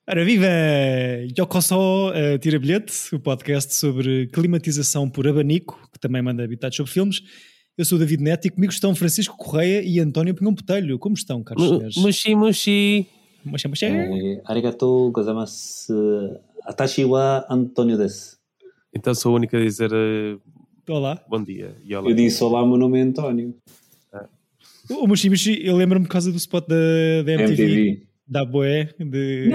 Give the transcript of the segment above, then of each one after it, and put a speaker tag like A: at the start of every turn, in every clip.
A: Ora, viva! Yokoso Tira Bilhete, o podcast sobre climatização por abanico, que também manda habitados sobre filmes. Eu sou o David Neto e comigo estão Francisco Correia e António Pinhão Botelho. Como estão, caros senhores?
B: Mushi.
A: Mushi.
C: Arigatou gozaimasu. Atashi wa Antonio desu.
B: Então sou o único a dizer
A: Olá.
B: Bom dia e olá.
C: Eu disse olá, meu nome é António.
A: O Mushi, eu lembro-me por causa do spot da MTV. Da Boé de...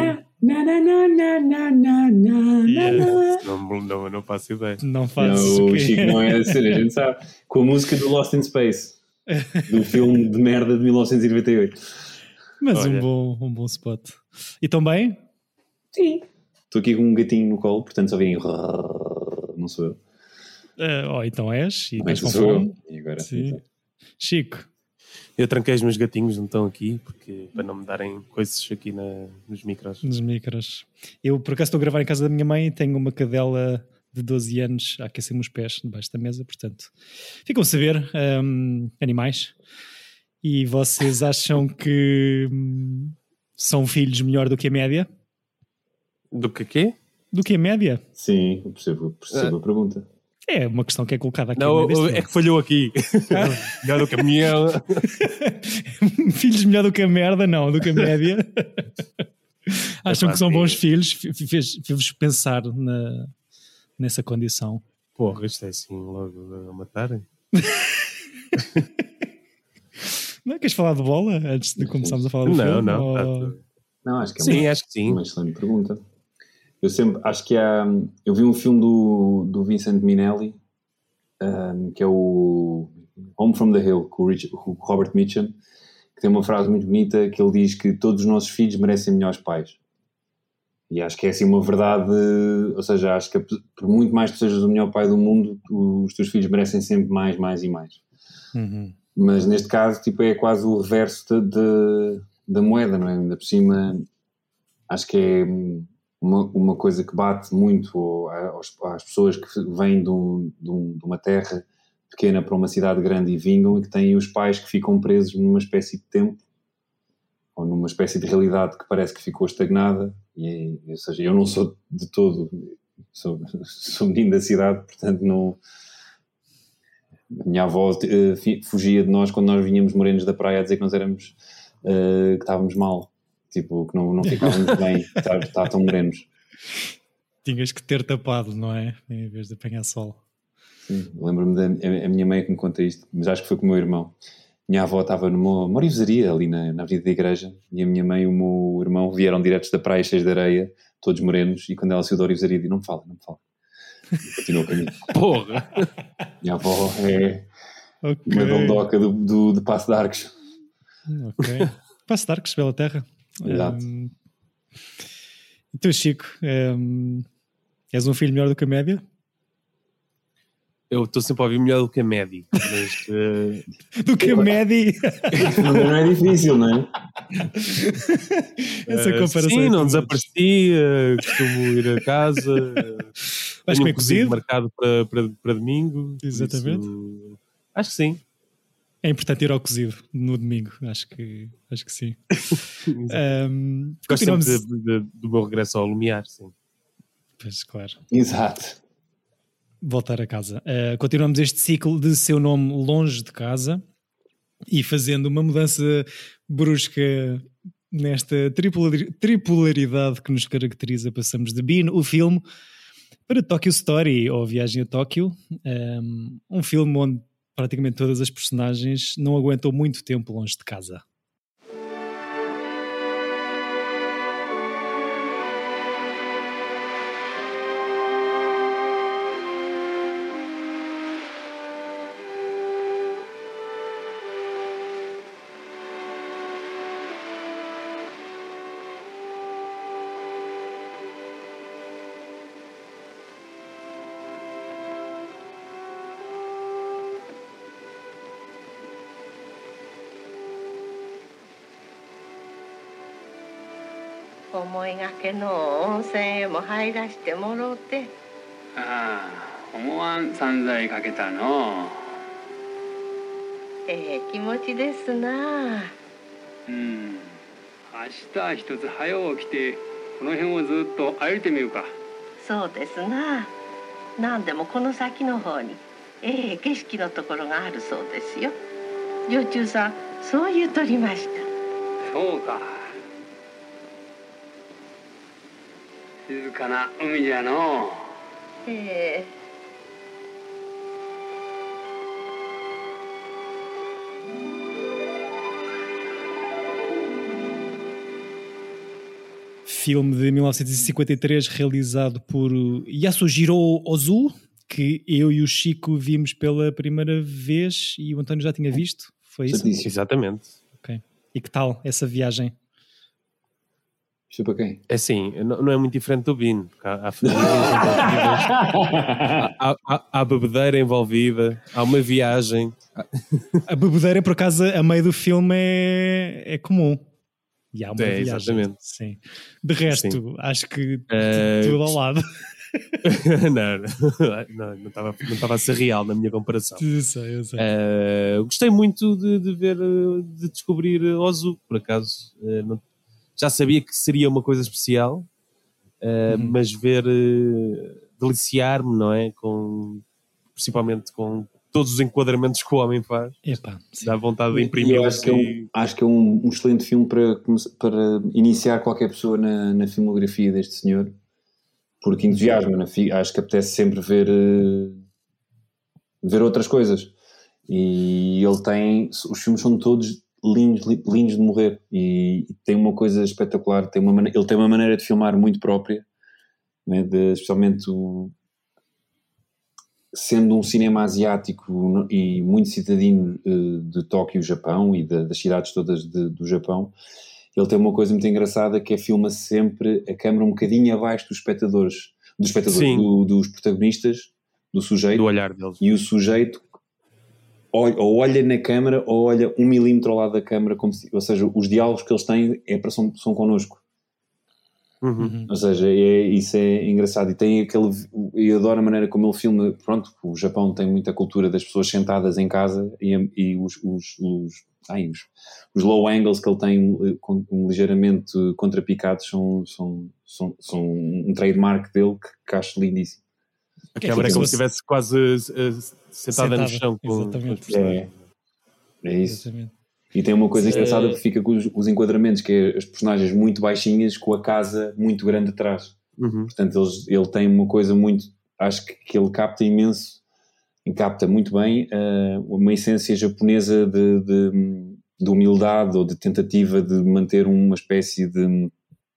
B: Yes. Não faço ideia.
A: Não faz
C: o Chico não é assim, a gente sabe. Com a música do Lost in Space, do filme de merda de 1998.
A: Mas
B: Olha.
A: um bom spot. E estão bem?
C: Sim. Estou aqui com um gatinho no colo, portanto só vem. Não sou eu.
A: Então és. E
C: Não é
A: estás
C: que
A: com
C: sou
A: fome.
C: eu. E agora
A: Sim. Chico.
B: Eu tranquei os meus gatinhos, não estão aqui, porque para não me darem coisas aqui nos micros.
A: Nos micros. Eu, por acaso, estou a gravar em casa da minha mãe e tenho uma cadela de 12 anos a aquecer-me os pés debaixo da mesa, portanto, ficam a saber, animais. E vocês acham que são filhos melhor do que a média?
B: Do que quê?
A: Do que a média?
C: Sim, eu percebo a pergunta.
A: É uma questão que é colocada aqui.
B: Não, é que falhou aqui. Melhor do que a minha.
A: Filhos melhor do que a merda? Não, do que a média. Acham que são bons filhos? Fez-vos pensar nessa condição.
B: Porra, isto é assim logo a matarem.
A: Não queres falar de bola antes de começarmos a falar do filme?
B: Não.
C: Não, acho que é
B: sim, acho que sim.
C: Uma excelente pergunta. Eu sempre acho que eu vi um filme do Vincent Minnelli, que é o Home from the Hill, com o Robert Mitchum, que tem uma frase muito bonita que ele diz que todos os nossos filhos merecem melhores pais. E acho que é assim uma verdade, ou seja, acho que por muito mais que sejas o melhor pai do mundo, os teus filhos merecem sempre mais e mais.
A: Uhum.
C: Mas neste caso, tipo, é quase o reverso da moeda, não é? Ainda por cima, acho que é uma coisa que bate muito às pessoas que vêm de uma terra pequena para uma cidade grande e vingam, e que têm os pais que ficam presos numa espécie de tempo ou numa espécie de realidade que parece que ficou estagnada. Ou seja, eu não sou de todo, sou menino da cidade, portanto não... A minha avó fugia de nós quando nós vinhamos morenos da praia a dizer que nós éramos que estávamos mal, tipo, que não ficávamos bem, está tão morenos.
A: Tinhas que ter tapado, não é? Em vez de apanhar sol.
C: Sim, lembro-me da minha mãe que me conta isto, mas acho que foi com o meu irmão. Minha avó estava numa orivesaria ali na Avenida da Igreja, e a minha mãe e o meu irmão vieram diretos da praia cheios de areia, todos morenos, e quando ela saiu da orivesaria disse: não me fala. E continuou o caminho.
B: Porra!
C: Minha avó é uma dondoca do Passo de Arcos.
A: Ok. Passo de Arcos, bela terra.
C: Exato.
A: Então, Chico, és um filho melhor do que a média?
B: Eu estou sempre a ouvir melhor do que a média. Mas,
A: do que a média?
C: Não é difícil, não é?
A: Essa comparação.
B: Sim, não desapareci, costumo ir a casa.
A: Vais comer cozido?
B: Marcado para domingo.
A: Exatamente.
B: Isso, acho que sim.
A: É importante ir ao cozido no domingo, acho que sim.
B: Gosto sempre do meu regresso ao Lumiar, sim.
A: Pois, claro.
C: Exato.
A: Voltar a casa. Continuamos este ciclo de seu nome longe de casa e fazendo uma mudança brusca nesta tripolaridade que nos caracteriza. Passamos de Bean, o filme, para Tokyo Story, ou Viagem a Tóquio, um filme onde praticamente todas as personagens não aguentam muito tempo longe de casa.
D: この辺をずっと歩いてみるか。
E: そうですな。何でもこの先の方に景色のところがあるそうですよ。女中さん、そう言うとりました。
D: そうか。静かな海じゃの。
A: Filme de 1953 realizado por Yasujiro Ozu, que eu e o Chico vimos pela primeira vez e o António já tinha visto, foi isso?
B: Exatamente.
A: Okay. E que tal essa viagem?
C: Isto para quem?
B: É assim, não é muito diferente do Bino, porque há famílias envolvidas, há bebedeira envolvida, há uma viagem.
A: A bebedeira, por acaso, a meio do filme é comum. E há uma viagem.
B: Exatamente.
A: Sim. De resto,
B: Sim.
A: acho que tudo ao lado.
B: não estava a ser real na minha comparação.
A: Eu sei.
B: Gostei muito de ver, de descobrir Ozu, por acaso. Já sabia que seria uma coisa especial, mas ver, deliciar-me, não é? Principalmente com todos os enquadramentos que o homem faz.
A: Epá,
B: dá vontade de imprimir.
C: Acho que é um excelente filme para iniciar qualquer pessoa na filmografia deste senhor, porque entusiasma, acho que apetece sempre ver outras coisas. E os filmes são todos lindos de morrer, e tem uma coisa espetacular, ele tem uma maneira de filmar muito própria, né, especialmente sendo um cinema asiático e muito cidadino de Tóquio, Japão, e das cidades todas do Japão. Ele tem uma coisa muito engraçada, que filma sempre a câmera um bocadinho abaixo dos protagonistas, do sujeito,
B: do olhar deles.
C: E o sujeito ou olha na câmara ou olha 1 milímetro ao lado da câmara, ou seja, os diálogos que eles têm são connosco.
B: Uhum.
C: Ou seja, isso é engraçado. E tem eu adoro a maneira como ele filma. Pronto, o Japão tem muita cultura das pessoas sentadas em casa, e os low angles que ele tem ligeiramente contrapicados são um trademark dele que acho lindíssimo.
B: A câmara é como se estivesse quase sentada no chão.
A: Exatamente.
C: É isso.
A: Exatamente.
C: E tem uma coisa engraçada, que fica com os enquadramentos, que é as personagens muito baixinhas com a casa muito grande atrás.
B: Uhum.
C: Portanto, ele tem uma coisa muito... Acho que ele capta imenso, e capta muito bem uma essência japonesa de humildade, ou de tentativa de manter uma espécie de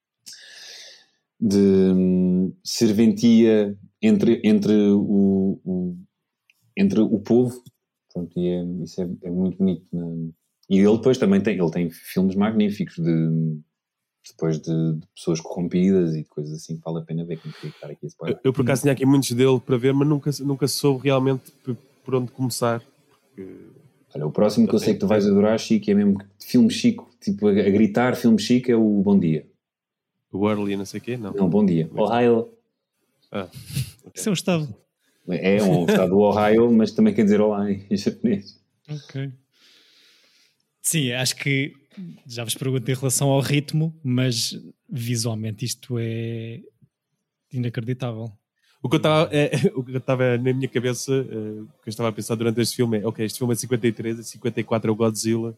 C: serventia entre o povo. Portanto, isso é muito bonito. E ele depois também tem filmes magníficos depois de pessoas corrompidas e de coisas assim, que vale a pena ver. Que não queria estar aqui a spoiler.
B: Eu por acaso tinha aqui muitos dele para ver, mas nunca soube realmente por onde começar.
C: Olha, o próximo que eu sei que tu vais adorar, Chico, é mesmo filme Chico, tipo a gritar filme Chico, é o Bom Dia.
B: O Early, não sei o quê? Não,
C: Bom Dia. Ohio.
B: Okay.
A: Isso é um estado.
C: É um estado do Ohio, mas também quer dizer olá em japonês.
A: Ok. Sim, acho que já vos perguntei em relação ao ritmo, mas visualmente isto é inacreditável.
B: O que eu estava na minha cabeça, o que eu estava a pensar durante este filme é, ok, este filme é 53, e 54 é o Godzilla.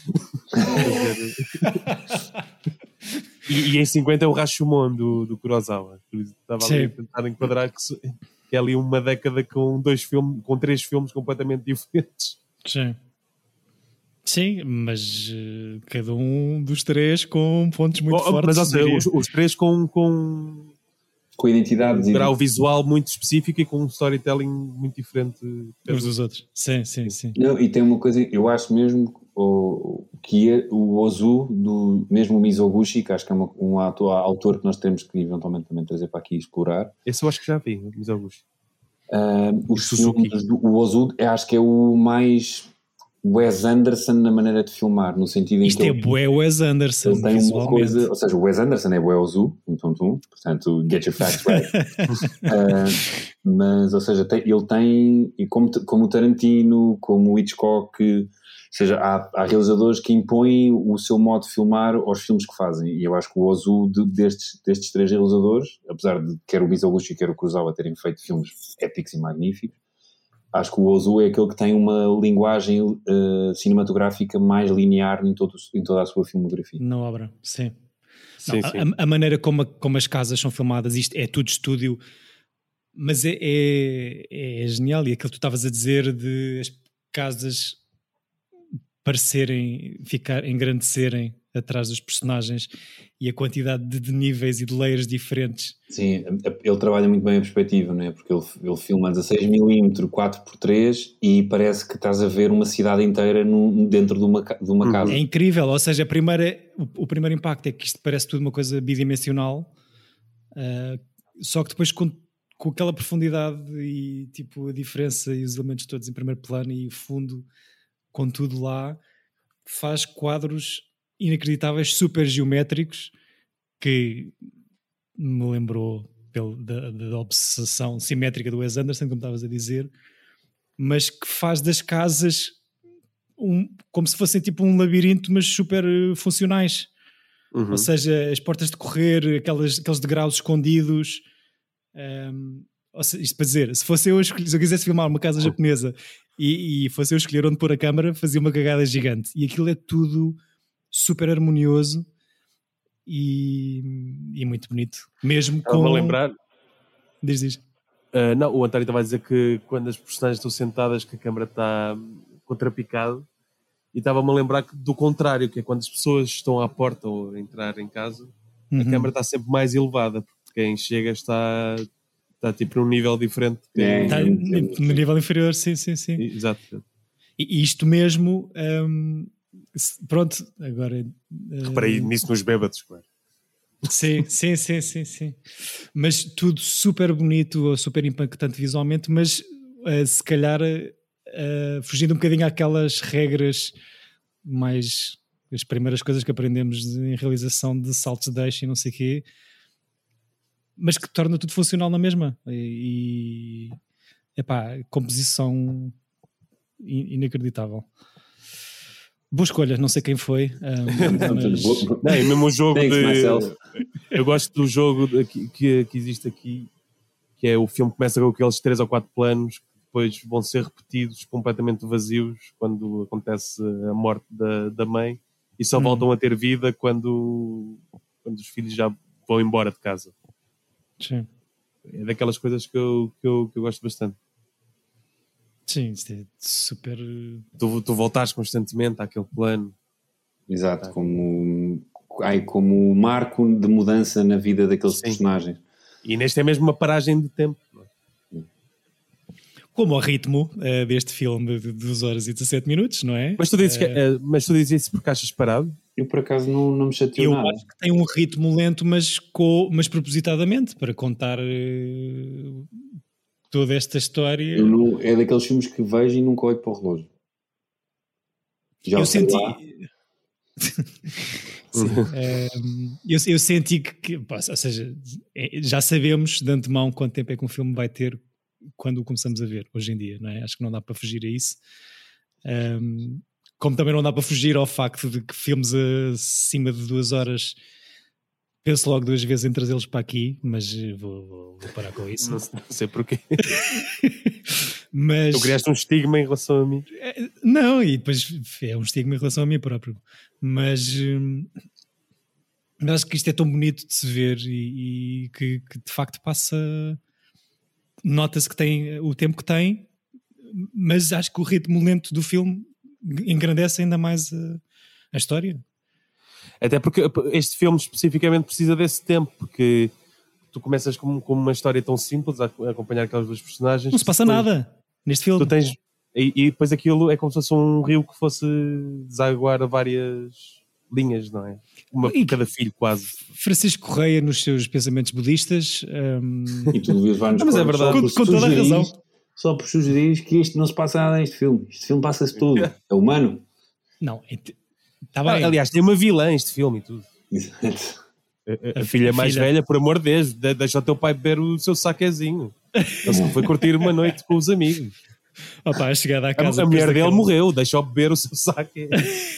B: e em 50 é o Rashomon do Kurosawa. Estava ali a tentar enquadrar que é ali uma década com 3 filmes completamente diferentes.
A: Sim, mas cada um dos 3 com pontos muito fortes.
B: Mas, ou seja, os 3 com
C: identidade,
B: um grau visual muito específico e com um storytelling muito diferente
A: uns dos outros. Sim.
C: Não, e tem uma coisa, eu acho mesmo que o Ozu, mesmo o Mizoguchi, que acho que é um autor que nós temos que eventualmente também trazer para aqui e explorar.
B: Esse eu acho que já vi, o Mizoguchi.
C: Os filmes do Ozu, acho que é o mais Wes Anderson na maneira de filmar, no sentido em
A: isto
C: que
A: é bué Wes Anderson,
C: ele tem uma coisa, ou seja, o Wes Anderson é bué Ozu, portanto, get your facts right. Mas, ou seja, ele tem, e como o Tarantino, como o Hitchcock, seja, há realizadores que impõem o seu modo de filmar aos filmes que fazem, e eu acho que o Ozu destes 3 realizadores, apesar de quer o Mizoguchi quer o Kurosawa terem feito filmes épicos e magníficos, acho que o Ozu é aquele que tem uma linguagem cinematográfica mais linear em toda a sua filmografia.
A: Na obra, sim.
B: Sim,
A: Não,
B: sim.
A: a maneira como as casas são filmadas, isto é tudo estúdio, mas é genial. E aquilo que tu estavas a dizer de as casas engrandecerem atrás dos personagens e a quantidade de níveis e de layers diferentes.
C: Sim, ele trabalha muito bem a perspectiva, não é? Porque ele filma a 16mm 4x3 e parece que estás a ver uma cidade inteira dentro de uma casa.
A: É incrível, ou seja, o primeiro impacto é que isto parece tudo uma coisa bidimensional, só que depois com aquela profundidade e tipo a diferença e os elementos todos em primeiro plano e o fundo com tudo lá, faz quadros inacreditáveis, super geométricos, que me lembrou da obsessão simétrica do Wes Anderson, como estavas a dizer, mas que faz das casas como se fossem tipo um labirinto, mas super funcionais. Ou seja, as portas de correr, aqueles degraus escondidos. Ou seja, isto para dizer, se eu quisesse filmar uma casa japonesa e fosse eu escolher onde pôr a câmara, fazia uma cagada gigante. E aquilo é tudo super harmonioso e muito bonito. Mesmo com...
B: Estava-me a lembrar...
A: Diz.
B: Não, o António estava a dizer que quando as personagens estão sentadas, que a câmara está contrapicada, e estava-me a lembrar que, do contrário, que é quando as pessoas estão à porta ou a entrar em casa, a câmara está sempre mais elevada, porque quem chega está tipo num nível diferente.
A: Está no nível inferior, sim.
B: Exato.
A: E isto mesmo, pronto, agora...
B: Reparei nisso nos bêbados, claro.
A: Sim. Mas tudo super bonito, super impactante visualmente, mas se calhar fugindo um bocadinho àquelas regras mais... as primeiras coisas que aprendemos em realização de saltos de eixo e não sei o quê, mas que torna tudo funcional na mesma. E composição inacreditável. Boa escolha, não sei quem foi.
B: Não, é mesmo o jogo eu gosto do jogo que existe aqui, que é o filme que começa com aqueles 3 ou 4 planos que depois vão ser repetidos completamente vazios quando acontece a morte da mãe e só voltam a ter vida quando os filhos já vão embora de casa.
A: Sim.
B: É daquelas coisas que eu gosto bastante.
A: Sim, isto é super...
B: Tu voltares constantemente àquele plano.
C: Exato, como marco de mudança na vida daqueles personagens.
B: E neste é mesmo uma paragem de tempo.
A: Como o ritmo deste filme de 2 horas e 17 minutos, não é?
B: Mas tu dizes isso porque achas parado?
C: Eu por acaso não me chateou nada.
A: Eu acho que tem um ritmo lento, mas propositadamente, para contar toda esta história.
C: É daqueles filmes que vejo e nunca olho para o relógio.
A: Eu senti... eu senti que, ou seja, já sabemos de antemão quanto tempo é que um filme vai ter quando o começamos a ver, hoje em dia, não é? Acho que não dá para fugir a isso. Como também não dá para fugir ao facto de que filmes acima de 2 horas penso logo 2 vezes em trazê-los para aqui, mas vou parar com isso.
B: Não sei porquê.
A: Mas...
B: Tu criaste um estigma em relação a mim.
A: Não, e depois é um estigma em relação a mim próprio. Mas acho que isto é tão bonito de se ver e que de facto passa... Nota-se que tem o tempo que tem, mas acho que o ritmo lento do filme engrandece ainda mais a história.
B: Até porque este filme especificamente precisa desse tempo, porque tu começas com uma história tão simples a acompanhar aquelas 2 personagens.
A: Não se passa nada neste filme.
B: Tu tens, e depois aquilo é como se fosse um rio que fosse desaguar a várias linhas, não é? Uma por cada filho, quase.
A: Francisco Correia, nos seus pensamentos budistas...
C: E tu vai-nos
B: mas é verdade.
A: Com toda a razão.
C: Só por sugerir que isto não se passa nada neste filme. Este filme passa-se tudo. É humano.
A: Não, está bem.
B: Aliás, tem uma vilã este filme e tudo.
C: Exato.
B: A filha mais velha, por amor de Deus, deixa o teu pai beber o seu saquezinho. Ele só foi curtir uma noite com os amigos.
A: Opa, a chegada à casa...
B: A mulher dele
A: daquele...
B: morreu, deixou beber o seu saque.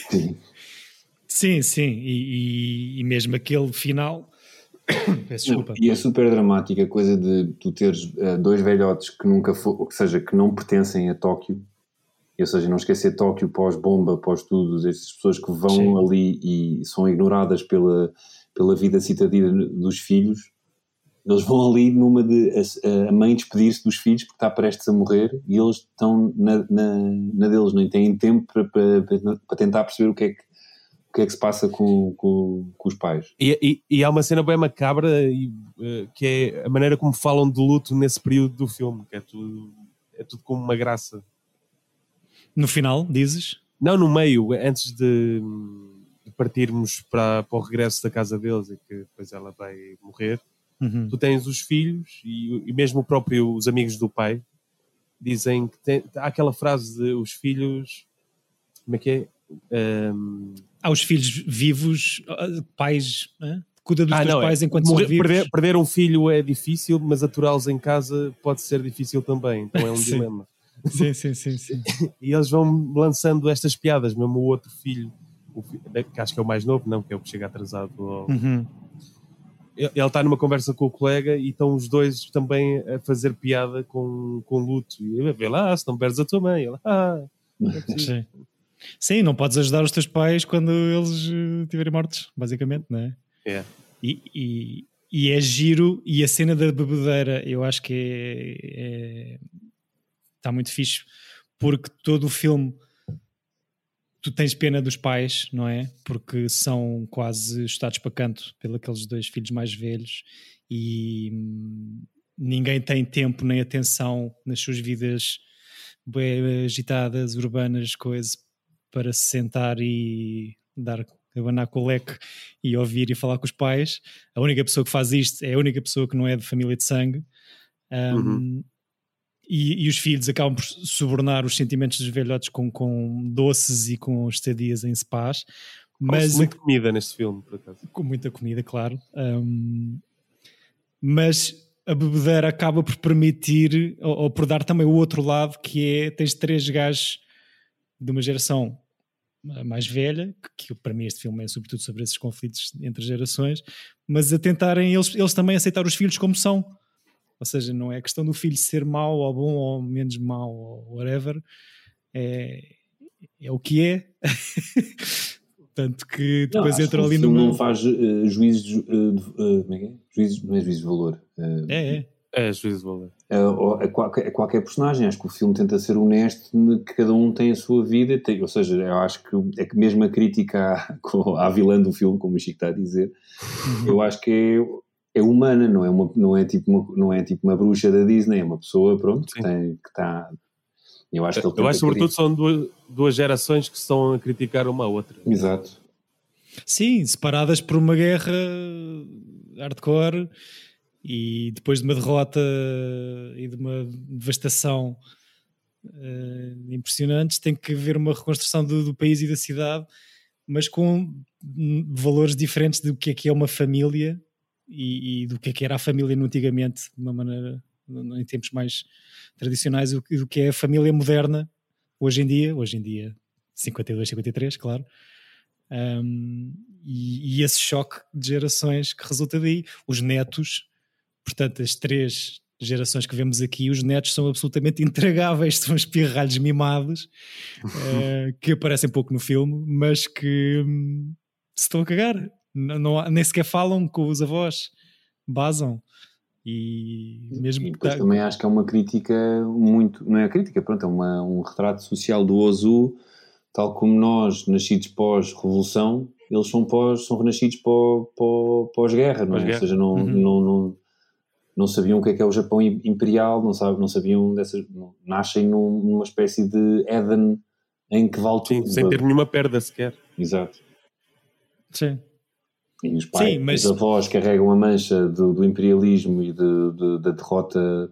A: Sim, sim. E mesmo aquele final... Peço desculpa.
C: E é super dramática a coisa de tu teres dois velhotes que nunca ou seja, que não pertencem a Tóquio, ou seja, não esquecer Tóquio pós-bomba, pós-tudo, essas pessoas que vão
A: Sim.
C: ali e são ignoradas pela vida citadina dos filhos. Eles vão ali numa de a mãe despedir-se dos filhos porque está prestes a morrer e eles estão na deles, nem têm tempo para tentar perceber o que é que se passa com os pais.
B: E há uma cena bem macabra que é a maneira como falam de luto nesse período do filme, que é tudo como uma graça.
A: No final, dizes?
B: Não, no meio, antes de partirmos para o regresso da casa deles e que depois ela vai morrer.
A: Uhum.
B: Tu tens os filhos e mesmo os amigos do pai dizem que há aquela frase de os filhos, como é que é?
A: Há os filhos vivos, pais, cuida dos teus pais enquanto são vivos.
B: Perder um filho é difícil, mas aturá-los em casa pode ser difícil também, então é um dilema.
A: Sim.
B: E eles vão lançando estas piadas, mesmo o outro filho, que acho que é o mais novo, não, que é o que chega atrasado.
A: Uhum.
B: Ele está numa conversa com o colega e estão os dois também a fazer piada com luto. E ele vê lá, se não perdes a tua mãe. Ele,
A: Sim, não podes ajudar os teus pais quando eles estiverem mortos, basicamente, não é?
B: É.
A: E é giro, e a cena da bebedeira eu acho que está muito fixe, porque todo o filme tu tens pena dos pais, não é? Porque são quase estados para canto pelos aqueles dois filhos mais velhos e ninguém tem tempo nem atenção nas suas vidas bem agitadas, urbanas, coisas, para se sentar e abanar com o leque e ouvir e falar com os pais. A única pessoa que faz isto é a única pessoa que não é de família de sangue. E os filhos acabam por subornar os sentimentos dos velhotes com doces e com estadias em spas. Mas
B: muita comida neste filme, por acaso.
A: Com muita comida, claro. Mas a bebedeira acaba por permitir, ou por dar também o outro lado, que é, tens três gajos de uma geração mais velha, que para mim este filme é sobretudo sobre esses conflitos entre gerações, mas a tentarem eles também aceitar os filhos como são. Ou seja, não é questão do filho ser mau ou bom ou menos mau ou whatever, é o que é. Tanto que depois entra ali no...
C: não faz juízos como é que é? Juízos, não é juízo de valor.
B: É juízo de valor.
C: A qualquer personagem. Acho que o filme tenta ser honesto, que cada um tem a sua vida, ou seja, eu acho que é que mesmo a crítica à vilã do filme, como o Chico está a dizer, eu acho que é humana, não é tipo uma bruxa da Disney, é uma pessoa, pronto, que está... Eu acho que
B: sobretudo são duas gerações que estão a criticar uma a outra.
C: Exato.
A: Sim, separadas por uma guerra hardcore e depois de uma derrota e de uma devastação impressionantes, tem que haver uma reconstrução do país e da cidade, mas com valores diferentes do que é uma família e do que era a família no antigamente, de uma maneira, em tempos mais tradicionais, do que é a família moderna hoje em dia 52, 53, claro. E esse choque de gerações que resulta daí. Os netos, portanto, as três gerações que vemos aqui, os netos são absolutamente intragáveis, são os pirralhos mimados que aparecem pouco no filme, mas que se estão a cagar. Nem sequer falam com os avós, basam. E mesmo
C: depois também acho que é uma crítica muito, não é a crítica, pronto, é um retrato social do Ozu, tal como nós, nascidos pós-revolução, eles são renascidos pós-guerra, não é? Ou seja, não sabiam o que é o Japão imperial, não sabiam nascem numa espécie de Éden em que vale tudo.
B: Sem ter nenhuma perda sequer.
C: Exato.
A: Sim.
C: E os pais, os avós carregam a mancha do imperialismo e da derrota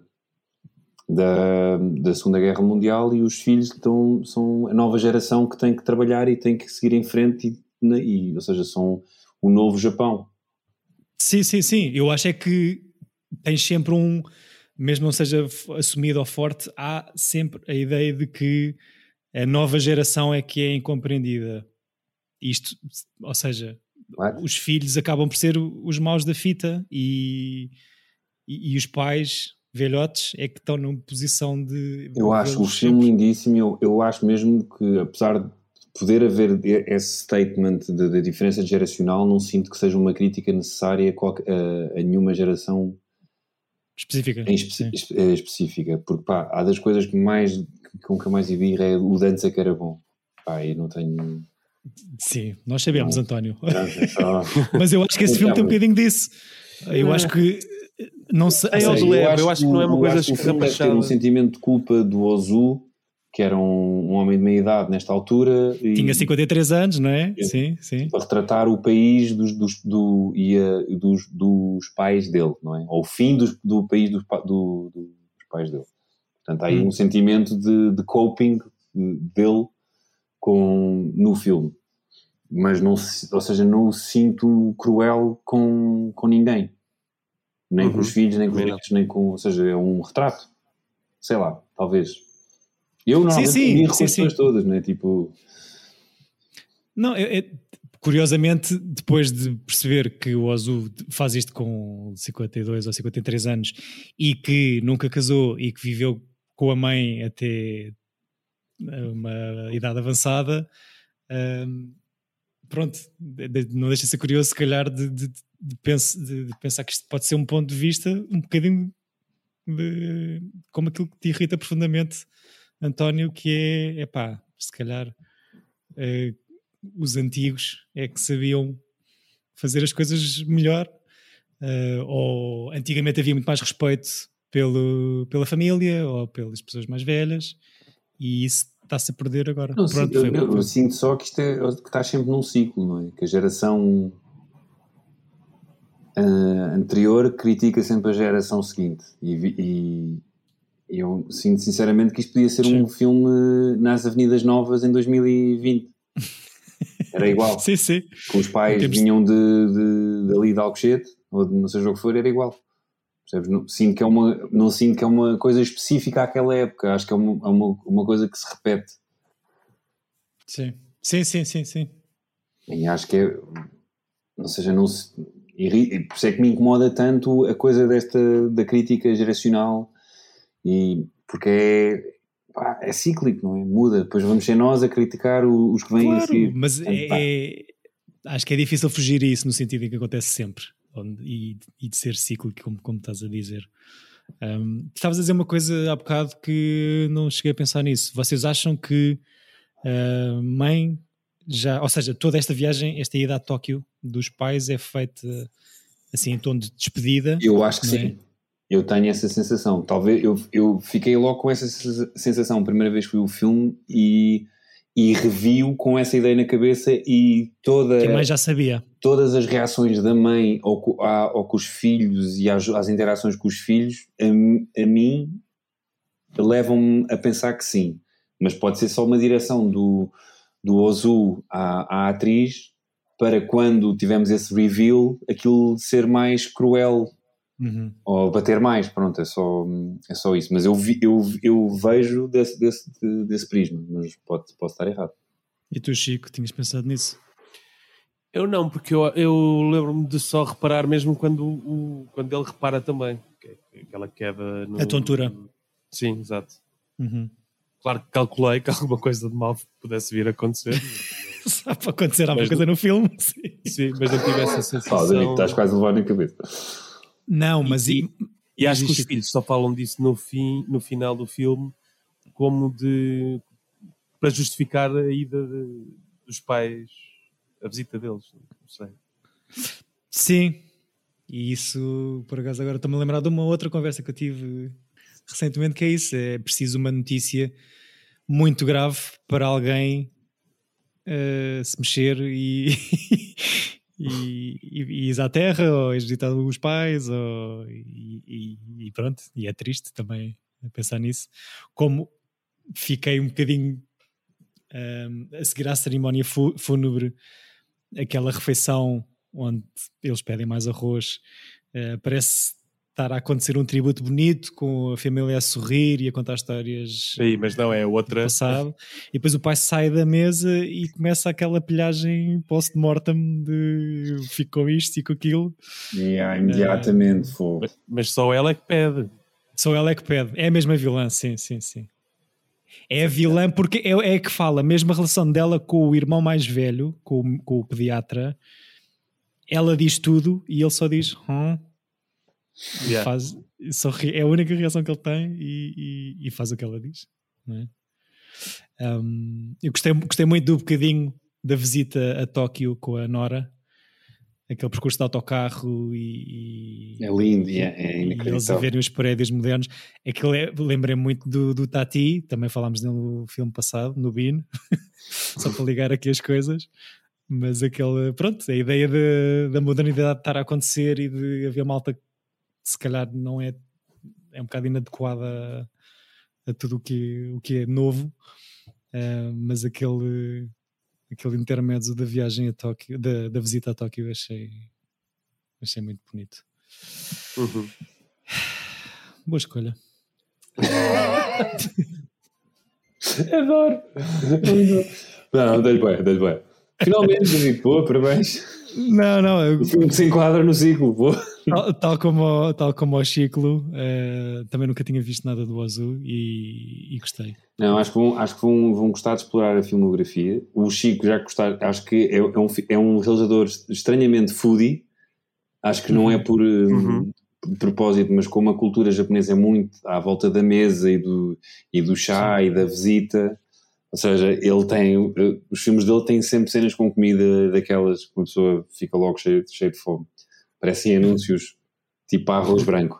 C: da Segunda Guerra Mundial, e os filhos são a nova geração que tem que trabalhar e tem que seguir em frente, ou seja, são o novo Japão.
A: Sim. Eu acho é que tens sempre mesmo não seja assumido ou forte, há sempre a ideia de que a nova geração é que é incompreendida. Isto, ou seja, os filhos acabam por ser os maus da fita e os pais velhotes é que estão numa posição de...
C: Eu acho o filme lindíssimo, eu acho mesmo que, apesar de poder haver esse statement da diferença geracional, não sinto que seja uma crítica necessária a nenhuma geração
A: específica.
C: Específica, porque pá, há das coisas com que mais vi é o de antes é que era bom. Pá, eu não tenho...
A: Sim, nós sabemos, não. António.
C: Só...
A: Mas eu acho que esse filme tem um bocadinho disso. Eu acho que não sei.
B: Eu acho que não é uma coisa
C: escrapachada. Ter um sentimento de culpa do Ozu, que era um homem de meia idade nesta altura.
A: Tinha 53 anos, não é? Sim.
C: Para retratar o país dos pais dele, não é? Ou o fim do país dos pais dele. Portanto, há aí um sentimento de coping dele no filme. Mas não o sinto cruel com ninguém. Nem com os filhos, nem com os netos, nem com... Ou seja, é um retrato. Sei lá, talvez. Eu normalmente me com as pessoas todas, não é? Tipo...
A: Não, curiosamente, depois de perceber que o Ozu faz isto com 52 ou 53 anos e que nunca casou e que viveu com a mãe até uma idade avançada, pronto, não deixa de ser curioso, se calhar, de pensar que isto pode ser um ponto de vista um bocadinho como aquilo que te irrita profundamente, António, que é pá, se calhar os antigos é que sabiam fazer as coisas melhor, ou antigamente havia muito mais respeito pela família ou pelas pessoas mais velhas, e isso está-se a perder agora.
C: Não, pronto, eu sinto só que isto que está sempre num ciclo, não é? Que a geração anterior critica sempre a geração seguinte, e eu sinto sinceramente que isto podia ser um filme nas Avenidas Novas em 2020. Era igual.
A: Sim.
C: Que os pais vinham dali de Alcochete, ou de não sei o que for, era igual. Percebes? Não sinto que é uma coisa específica àquela época. Acho que é uma coisa que se repete.
A: Sim.
C: E acho que é... Ou seja, não se... Por isso é que me incomoda tanto a coisa da crítica geracional, porque é cíclico, não é? Muda. Depois vamos ser nós a criticar os que vêm a seguir.
A: Mas acho que é difícil fugir a isso, no sentido em que acontece sempre. E de ser cíclico, como estás a dizer. Estavas a dizer uma coisa há bocado que não cheguei a pensar nisso. Vocês acham que a mãe já... Ou seja, toda esta viagem, esta ida a Tóquio dos pais é feita assim em tom de despedida?
C: Eu acho que sim. Eu tenho essa sensação. Talvez eu fiquei logo com essa sensação a primeira vez que vi o filme e revi-o com essa ideia na cabeça, e
A: que a mãe já sabia.
C: Todas as reações da mãe ou com os filhos e às interações com os filhos, a mim levam-me a pensar que sim. Mas pode ser só uma direção do Ozu à atriz, para quando tivemos esse reveal, aquilo ser mais cruel. Ou bater mais, pronto, é só isso. Mas eu vejo desse prisma, mas posso estar errado.
A: E tu, Chico, tinhas pensado nisso?
B: Eu não, porque eu lembro-me de só reparar mesmo quando ele repara também, aquela queda
A: a tontura.
B: Sim, exato. Claro que calculei que alguma coisa de mal pudesse vir a acontecer.
A: Só para acontecer alguma coisa no filme.
B: Sim, mas não tive essa sensação.
C: Danico, estás quase a levar na cabeça.
B: Não, mas... E acho que os filhos só falam disso no final do filme, como para justificar a ida dos pais, a visita deles, não sei.
A: Sim, e isso, por acaso, agora estou-me a lembrar de uma outra conversa que eu tive recentemente, que é isso: é preciso uma notícia muito grave para alguém se mexer e ir à terra, ou ir visitar os pais, e pronto, e é triste também pensar nisso. Como fiquei um bocadinho a seguir à cerimónia fúnebre, aquela refeição onde eles pedem mais arroz, parece estar a acontecer um tributo bonito com a família a sorrir e a contar histórias
B: Sim, mas não é
A: do
B: outra.
A: passado, e depois o pai sai da mesa e começa aquela pilhagem post-mortem de fico com isto e com aquilo.
C: Imediatamente, fogo.
B: Mas só ela é que pede.
A: Só ela é que pede. É a mesma vilã, sim. É a vilã porque é que fala, mesmo a relação dela com o irmão mais velho, com o pediatra, ela diz tudo e ele só diz
B: Yeah.
A: faz, é a única reação que ele tem e faz o que ela diz, não é? Eu gostei muito do bocadinho da visita a Tóquio com a Nora, aquele percurso de autocarro
C: é lindo, é
A: e eles a
C: inacreditável.
A: verem os prédios modernos. Lembrei muito do Tati, também falámos dele no filme passado, no Bean, só para ligar aqui as coisas. Mas a ideia da modernidade estar a acontecer e de haver malta que se calhar não é um bocado inadequada a tudo o que é novo, mas aquele intermédio da viagem a Tóquio, da visita a Tóquio, achei muito bonito.
B: Uhum.
A: Boa escolha.
C: Adoro. Não, dei-lhe bem. Finalmente, David, boa, parabéns.
A: Não.
C: O filme que se enquadra no ciclo, boa.
A: Tal como o Ciclo, também nunca tinha visto nada do Ozu e gostei.
C: Não, acho que vão gostar de explorar a filmografia. O Chico já gostar, acho que é um realizador estranhamente foodie. Acho que não é por propósito, mas como a cultura japonesa é muito à volta da mesa e do chá e da visita. Ou seja, os filmes dele têm sempre cenas com comida daquelas que uma pessoa fica logo cheio de fome. Parecem anúncios tipo arroz branco.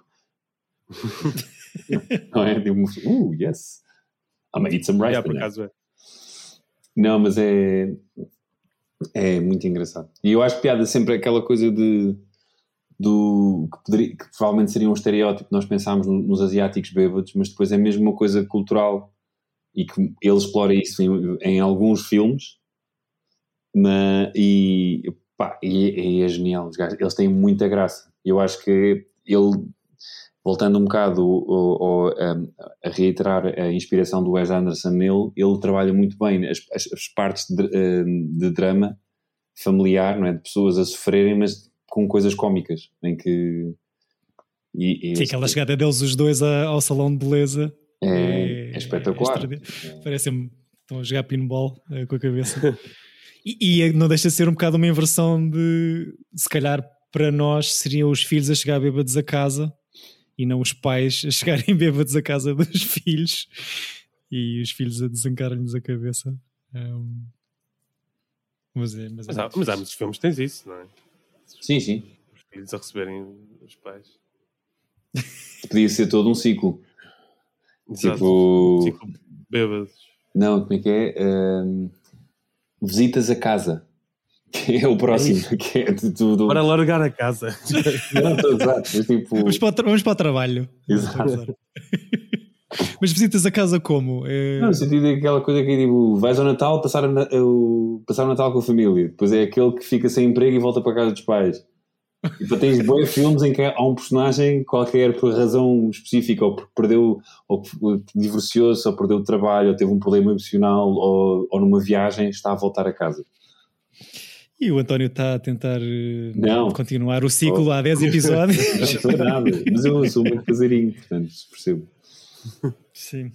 C: Não é? Tipo, yes. I'm gonna eat some rice.
B: Por acaso é.
C: Não, mas é muito engraçado. E eu acho piada sempre aquela coisa que provavelmente seria um estereótipo que nós pensámos nos asiáticos bêbados, mas depois é mesmo uma coisa cultural e que ele explora isso em alguns filmes, e é genial. Eles têm muita graça. Eu acho que ele, voltando um bocado a reiterar a inspiração do Wes Anderson nele, ele trabalha muito bem as partes de drama familiar, não é? De pessoas a sofrerem, mas com coisas cómicas, em que...
A: Sim, aquela chegada deles os dois ao salão de beleza
C: é espetacular.
A: Parece-me estão a jogar pinball com a cabeça. e não deixa de ser um bocado uma inversão de, se calhar para nós seriam os filhos a chegar bêbados a casa e não os pais a chegarem bêbados a casa dos filhos e os filhos a desancarem-lhes a cabeça. Mas
B: há muitos filmes que tens isso, não é?
C: Sim.
B: Os filhos a receberem os pais.
C: Podia ser todo um ciclo.
B: Exato.
C: Tipo...
B: bêbados.
C: Não, como é que é? Visitas a casa. Que é o próximo. Que é tudo...
B: Para largar a casa.
C: Não, estou exato. Mas, tipo...
A: vamos para o trabalho.
C: Exato.
A: Mas visitas a casa como?
C: Não, no sentido daquela coisa que é tipo, vais ao Natal passar o Natal com a família, depois é aquele que fica sem emprego e volta para a casa dos pais. E depois tens bons filmes em que há um personagem qualquer por razão específica, ou porque perdeu, ou divorciou-se, ou perdeu o trabalho, ou teve um problema emocional, ou numa viagem está a voltar a casa.
A: E o António está a tentar continuar o ciclo há 10 episódios.
C: Não estou nada, mas eu sou muito caseirinho, portanto, percebo.
A: Sim.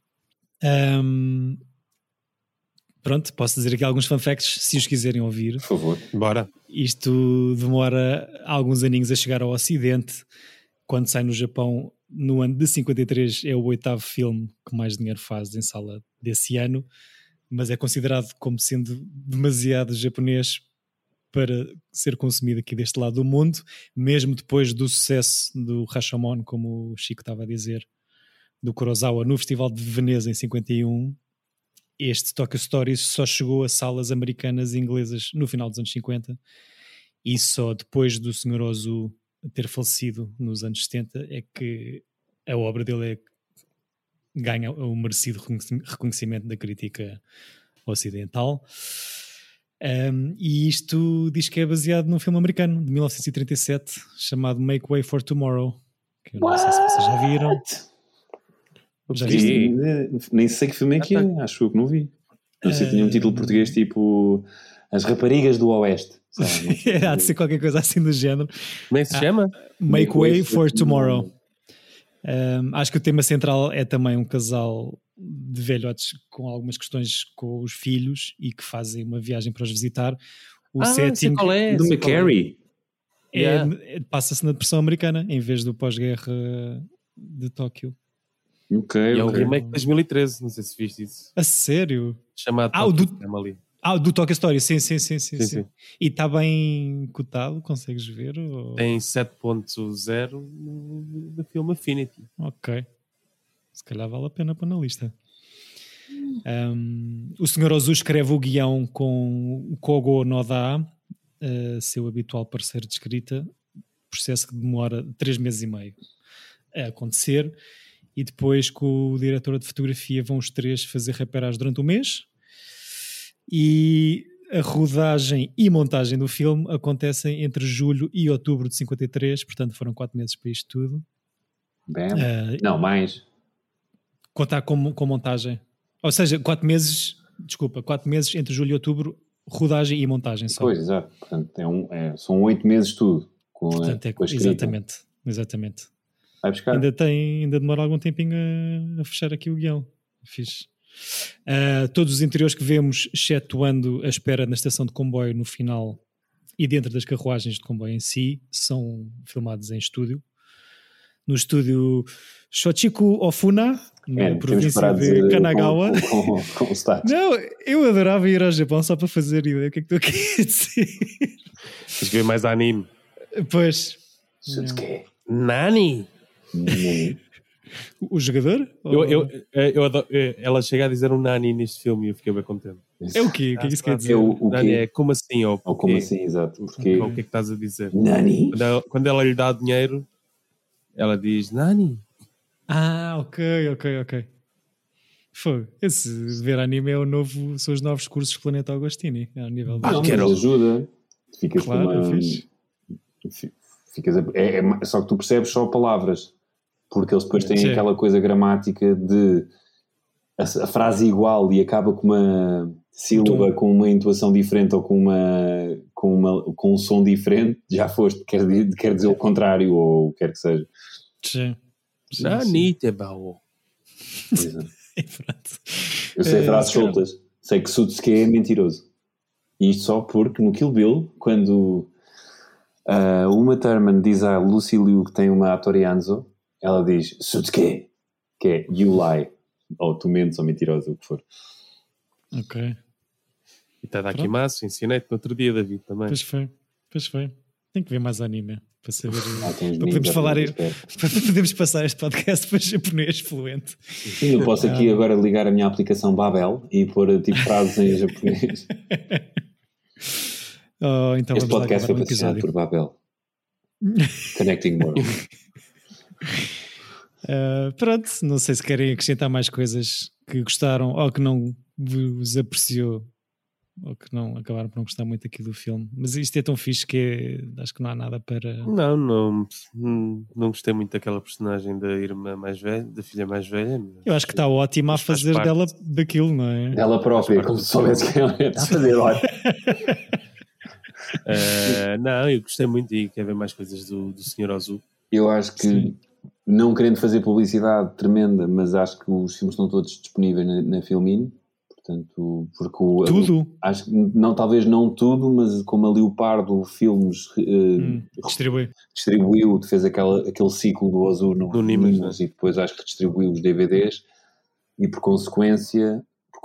A: Pronto, posso dizer aqui alguns fun facts se os quiserem ouvir.
C: Por favor.
B: Bora.
A: Isto demora alguns aninhos a chegar ao Ocidente. Quando sai no Japão, no ano de 53, é o 8º filme que mais dinheiro faz em sala desse ano, mas é considerado como sendo demasiado japonês para ser consumido aqui deste lado do mundo, mesmo depois do sucesso do Rashomon, como o Chico estava a dizer, do Kurosawa no Festival de Veneza em 51. Este Tokyo Stories só chegou a salas americanas e inglesas no final dos anos 50 e só depois do Sr. Ozu ter falecido nos anos 70 é que a obra dele ganha o merecido reconhecimento da crítica ocidental. E isto diz que é baseado num filme americano de 1937 chamado Make Way for Tomorrow, Eu não sei se vocês já viram. Já viste?
C: Nem sei que filme é que é, acho que não vi. Não sei se tinha um título português tipo As Raparigas do Oeste.
A: Há de ser qualquer coisa assim do género.
B: Como é que se chama?
A: Make Way for Tomorrow. Acho que o tema central é também um casal de velhotes com algumas questões com os filhos e que fazem uma viagem para os visitar. O setting
C: do McCarry.
A: Passa-se na depressão americana em vez do pós-guerra de Tóquio.
B: É o remake de 2013, não sei se viste isso.
A: A sério?
B: Chamado
A: do Tóquio Story, sim. E está bem cotado, consegues ver? Ou...
B: Tem 7.0 do filme Affinity.
A: Ok. Se calhar vale a pena pôr na lista. O Sr. Ozu escreve o guião com o Kogo Noda, seu habitual parceiro de escrita, processo que demora 3 meses e meio a acontecer, e depois com o diretor de fotografia vão os 3 fazer reperagens durante um mês, e a rodagem e montagem do filme acontecem entre julho e outubro de 53, portanto foram 4 meses para isto tudo.
C: Não, mais.
A: Contar com montagem. Ou seja, 4 meses entre julho e outubro, rodagem e montagem só.
C: Pois, exato. Portanto, são 8 meses tudo.
A: Portanto, exatamente.
C: Vai buscar.
A: Ainda demora algum tempinho a fechar aqui o guião. Fixe. Todos os interiores que vemos, excetuando a espera na estação de comboio no final e dentro das carruagens de comboio em si, são filmados em estúdio. No estúdio Shochiku Ofuna, na província de Kanagawa.
C: Com
A: Não, eu adorava ir ao Japão só para fazer ideia. O que é que tu queres dizer?
B: Tens que ver mais anime.
A: Pois.
B: Nani?
A: O jogador?
B: Eu adoro, ela chega a dizer um Nani neste filme e eu fiquei bem contente.
A: É o quê? O que é que isso quer dizer?
B: Nani é como assim? Ou
C: como assim, exato. Porque...
B: O que é que estás a dizer?
C: Nani?
B: Quando ela lhe dá dinheiro, ela diz Nani.
A: Ok. Fogo. Esse ver anime são os novos cursos Planeta Agostini. Ao nível
C: mas ajuda. Ficas
A: claro,
C: com uma... Só que tu percebes só palavras. Porque eles depois têm aquela coisa gramática de a frase igual e acaba com uma sílaba com uma entoação diferente ou com um som diferente. Já foste, quer dizer o contrário ou quer que seja.
A: Sim.
B: Nani bao.
C: Eu sei frases soltas. Sei que Sutsuke é mentiroso. E isto só porque no Kill Bill, quando Uma Thurman diz à Lucy Liu que tem uma Hattori Hanzo, ela diz Sutsuke, que é you lie, ou tu mentes ou mentiroso, o que for.
A: Ok.
B: E Tadakimasu, ensinei-te no outro dia, David, também.
A: Pois foi. Tem que ver mais anime para saber.
C: Podemos
A: passar este podcast para japonês fluente.
C: Sim, eu posso aqui agora ligar a minha aplicação Babel e pôr tipo frases em japonês.
A: Então
C: este podcast foi patrocinado por Babel. Connecting World.
A: Pronto, não sei se querem acrescentar mais coisas que gostaram ou que não vos apreciou ou que não acabaram por não gostar muito aqui do filme, mas isto é tão fixe que acho que não há nada para...
B: Não gostei muito daquela personagem da irmã mais velha, da filha mais velha.
A: Eu acho que está ótima a fazer dela daquilo, não é?
C: Dela própria, como se soubesse que ela está a fazer ótimo.
B: Não, eu gostei muito e quero ver mais coisas do Sr. Ozu.
C: Eu acho que, não querendo fazer publicidade tremenda, mas acho que os filmes estão todos disponíveis na Filmin. Portanto, porque
A: tudo?
C: Acho que não, talvez não tudo, mas como a Leopardo Filmes distribuiu, fez aquele ciclo do Ozu no Nimas, e depois acho que distribuiu os DVDs e por consequência,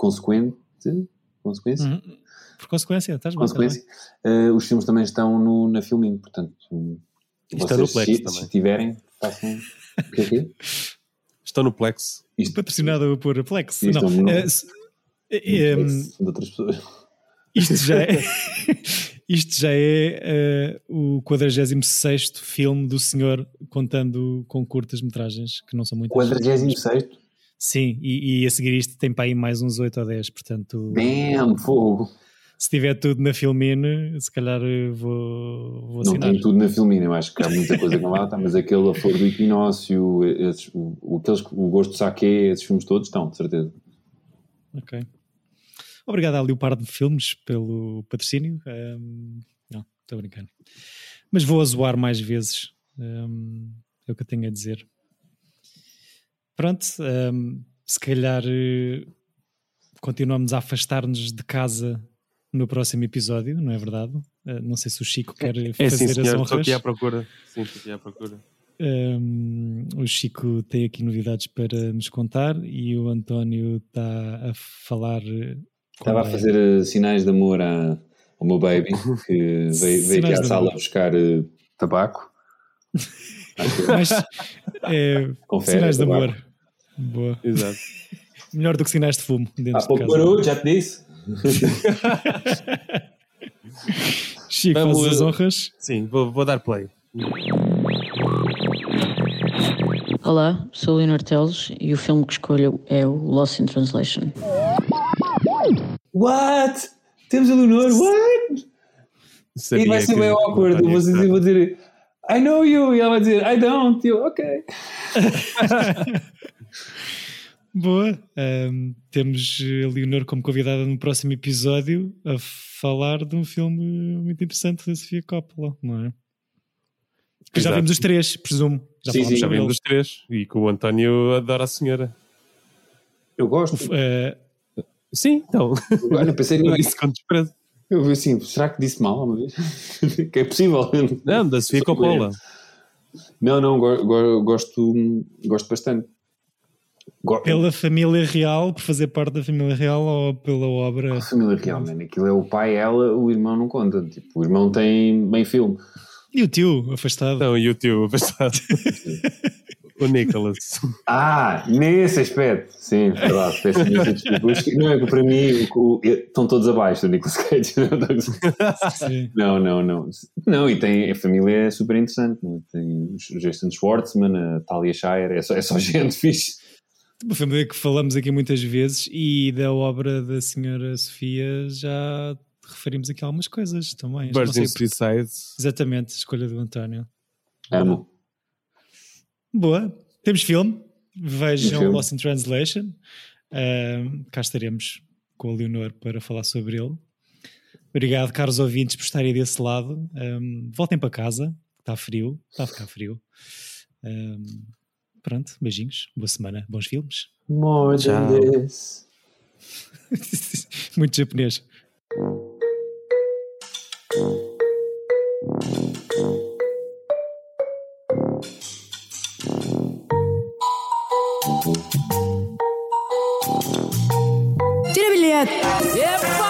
A: estás bem.
C: Os filmes também estão na Filmin, portanto,
B: está no Plex também.
C: Se tiverem, façam o quê?
B: Estão no Plex.
A: Patrocinado por Plex.
C: De outras pessoas.
A: Isto já é o 46º filme do senhor, contando com curtas-metragens, que não são muitas.
C: 46º?
A: Sim, e a seguir isto tem para aí mais uns 8 ou 10, portanto...
C: Fogo!
A: Se tiver tudo na Filmine, se calhar vou assinar.
C: Não tem tudo na Filmine, eu acho que há muita coisa que não lá está, mas aquele A Flor do Equinócio, o Gosto de Saque, esses filmes todos estão, de certeza.
A: Ok. Obrigado à Leopardo Filmes pelo patrocínio. Não, estou brincando. Mas vou a zoar mais vezes. É o que eu tenho a dizer. Pronto, se calhar continuamos a afastar-nos de casa no próximo episódio, não é verdade? Não sei se o Chico quer fazer
B: sim,
A: as honras.
B: Estou aqui à procura. Sim, estou aqui à procura.
A: O Chico tem aqui novidades para nos contar e o António está a falar.
C: Estava a fazer sinais de amor ao meu baby, que veio aqui à sala buscar tabaco.
A: Mas,
C: Confere,
A: sinais de
C: tabaco.
A: amor. Boa.
B: Exato.
A: Melhor do que sinais de fumo dentro
C: Há
A: de
C: pouco
A: casa.
C: parou, já te disse.
A: Chico,
B: Vamos-
A: fazes as honras.
B: Sim, vou dar play.
F: Olá, sou o Leonor Teles e o filme que escolho é o Lost in Translation.
C: What? Temos a Leonor, what?
B: Sabia
C: E vai ser
B: que
C: bem
B: o
C: awkward.
B: António
C: Eu vou dizer I know you, e ela vai dizer I don't. E eu, ok.
A: Boa. Temos a Leonor como convidada no próximo episódio a falar de um filme muito interessante da Sofia Coppola, não é? Que já
B: Exato.
A: vimos os três, presumo. Já
C: Sim,
A: falámos
B: Já
A: sobre
B: vimos
A: eles.
B: os três. E que o António adora a senhora.
C: Eu gosto.
B: Sim, então.
C: Olha, pensei
B: Eu
C: que
B: disse com desprezo.
C: eu vi assim, será que disse mal uma vez? Que é possível.
B: Não, da Sofia Coppola.
C: Não, gosto bastante.
A: Pela família real, por fazer parte da família real ou pela obra?
C: A família real, mano. Aquilo é o pai, ela, o irmão não conta. Tipo, o irmão tem meio filme.
A: E o tio, afastado?
B: Então, e o tio afastado. O Nicholas.
C: Nesse aspecto. Sim, verdade. Peço imensa desculpa. Não é que para mim estão todos abaixo do Nicolas Cage.
A: Sim.
C: Não, e tem a família é super interessante. Não? Tem o Jason Schwartzman, a Talia Shire, é só gente fixe.
A: Uma família que falamos aqui muitas vezes e da obra da senhora Sofia já referimos aqui algumas coisas também. Não
B: Birds
A: sei
B: in Suicide.
A: exatamente, a escolha do António.
C: Amo.
A: Boa, temos filme. Vejam
C: filme.
A: Lost in Translation. Cá estaremos com a Leonor para falar sobre ele. Obrigado, caros ouvintes, por estarem desse lado. Voltem para casa, está frio, está a ficar frio. Pronto, beijinhos, boa semana, bons filmes.
C: More than
B: Tchau.
C: this.
A: Muito japonês.
G: Tira bilhete! Epa!